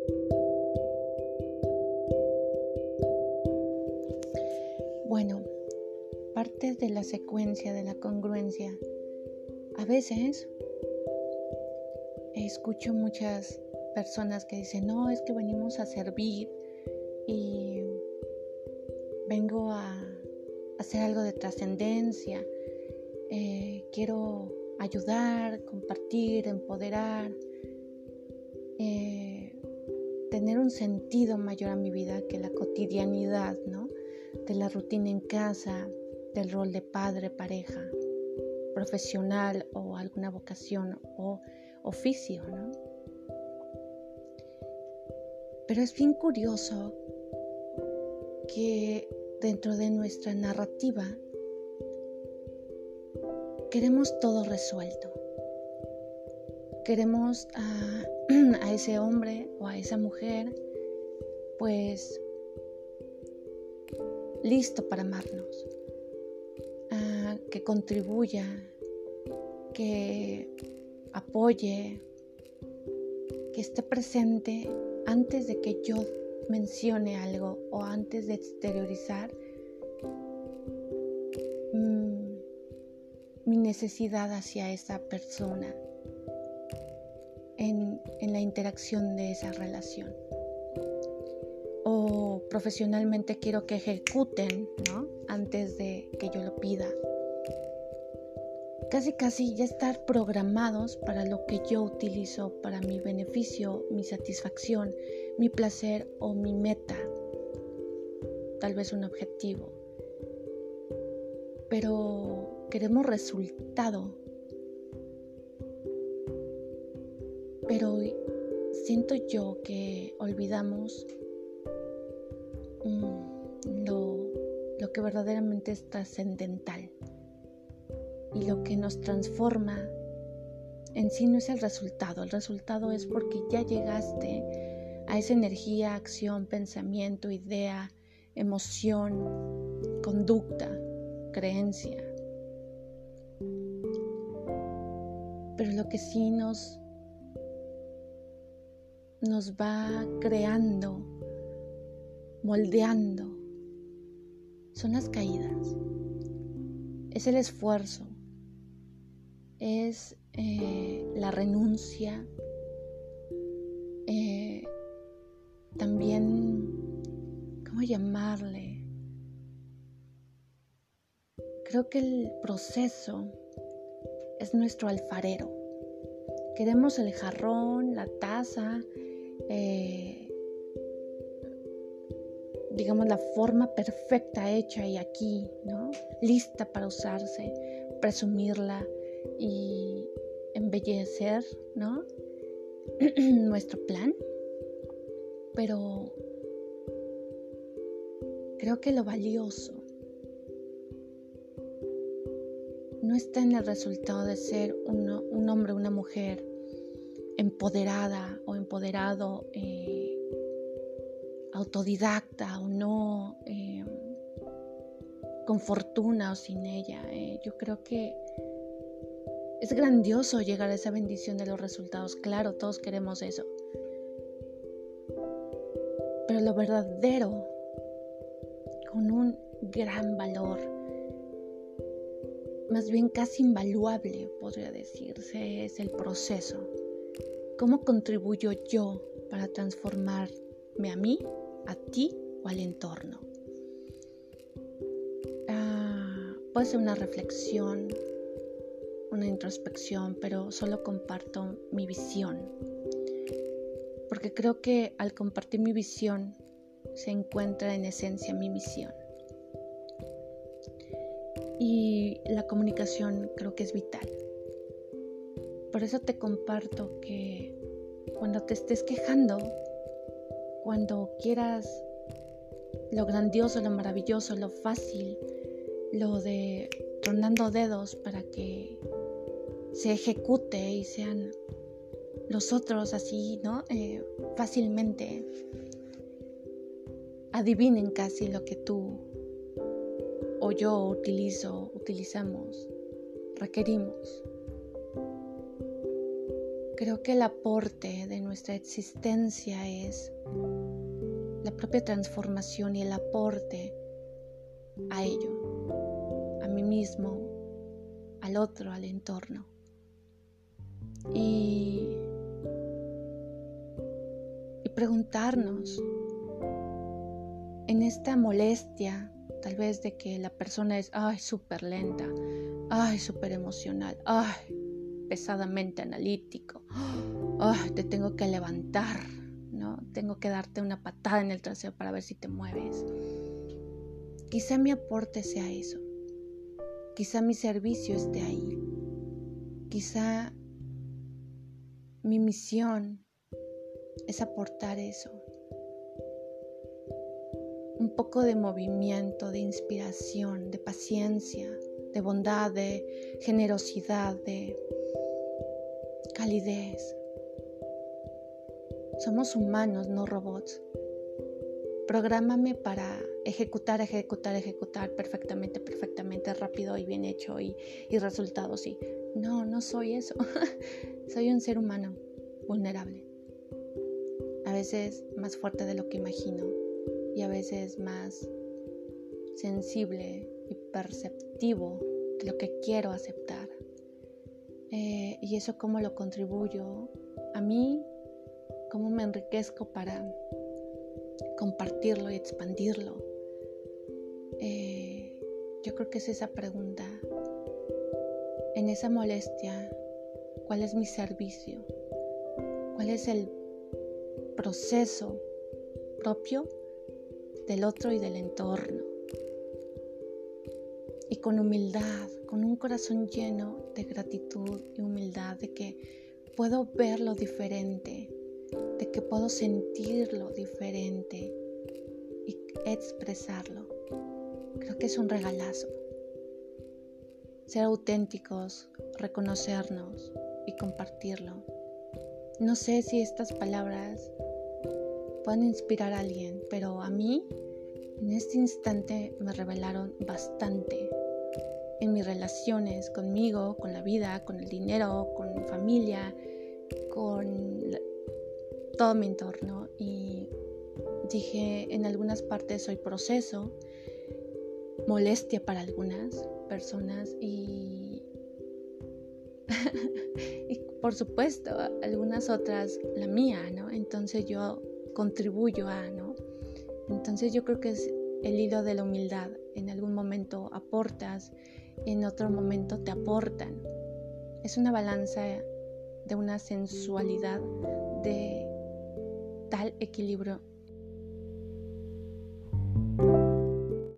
Bueno, parte de la secuencia de la congruencia. A veces escucho muchas personas que dicen, no, es que venimos a servir y vengo a hacer algo de trascendencia, quiero ayudar, compartir, empoderar, tener un sentido mayor a mi vida que la cotidianidad, ¿no? De la rutina en casa, del rol de padre, pareja, profesional o alguna vocación o oficio, ¿no? Pero es bien curioso que dentro de nuestra narrativa queremos todo resuelto. Queremos a ese hombre o a esa mujer, pues, listo para amarnos, que contribuya, que apoye, que esté presente antes de que yo mencione algo o antes de exteriorizar mi necesidad hacia esa persona en la interacción de esa relación. O profesionalmente quiero que ejecuten, ¿no? Antes de que yo lo pida. Casi ya estar programados para lo que yo utilizo para mi beneficio, mi satisfacción, mi placer o mi meta, tal vez un objetivo. Pero queremos resultado. Pero siento yo que olvidamos lo que verdaderamente es trascendental. Y lo que nos transforma en sí no es el resultado es porque ya llegaste a esa energía, acción, pensamiento, idea, emoción, conducta, creencia. Pero lo que sí nos va creando, moldeando, son las caídas, es el esfuerzo, es la renuncia, también, ¿cómo llamarle? Creo que el proceso es nuestro alfarero. Queremos el jarrón, la taza, digamos la forma perfecta hecha y aquí, ¿no? Lista para usarse, presumirla y embellecer, ¿no? Nuestro plan. Pero creo que lo valioso no está en el resultado de ser un hombre o una mujer empoderada o empoderado, autodidacta o no, con fortuna o sin ella. Yo creo que es grandioso llegar a esa bendición de los resultados. Claro, todos queremos eso. Pero lo verdadero, con un gran valor, más bien casi invaluable, podría decirse, es el proceso. ¿Cómo contribuyo yo para transformarme a mí, a ti o al entorno? Puede ser una reflexión, una introspección, pero solo comparto mi visión. Porque creo que al compartir mi visión se encuentra en esencia mi misión. Y la comunicación creo que es vital. Por eso te comparto que cuando te estés quejando, cuando quieras lo grandioso, lo maravilloso, lo fácil, lo de tronando dedos para que se ejecute y sean los otros así, ¿no? Fácilmente adivinen casi lo que tú o yo utilizamos, requerimos. Creo que el aporte de nuestra existencia es la propia transformación y el aporte a ello, a mí mismo, al otro, al entorno. Y preguntarnos en esta molestia, tal vez de que la persona es súper lenta, súper emocional, pesadamente analítico, te tengo que levantar, ¿no? Tengo que darte una patada en el trasero para ver si te mueves. Quizá mi aporte sea eso. Quizá mi servicio esté ahí. Quizá mi misión es aportar eso. Un poco de movimiento, de inspiración, de paciencia, de bondad, de generosidad, de calidez. Somos humanos, no robots. Prográmame para ejecutar perfectamente, rápido y bien hecho y resultados. Sí. No soy eso. Soy un ser humano vulnerable. A veces más fuerte de lo que imagino y a veces más sensible y perceptivo de lo que quiero aceptar. Y eso cómo lo contribuyo a mí, cómo me enriquezco para compartirlo y expandirlo. Yo creo que es esa pregunta. En esa molestia, ¿cuál es mi servicio? ¿Cuál es el proceso propio del otro y del entorno? Y con humildad, con un corazón lleno de gratitud y humildad, de que puedo verlo diferente, de que puedo sentirlo diferente y expresarlo. Creo que es un regalazo. Ser auténticos, reconocernos y compartirlo. No sé si estas palabras pueden inspirar a alguien, pero a mí en este instante me revelaron bastante en mis relaciones conmigo, con la vida, con el dinero, con mi familia, con todo mi entorno. Y dije, en algunas partes soy proceso, molestia para algunas personas y por supuesto algunas otras la mía, ¿no? Entonces yo contribuyo a, ¿no? Entonces yo creo que es el hilo de la humildad. En algún momento aportas, en otro momento te aportan. Es una balanza de una sensualidad, de tal equilibrio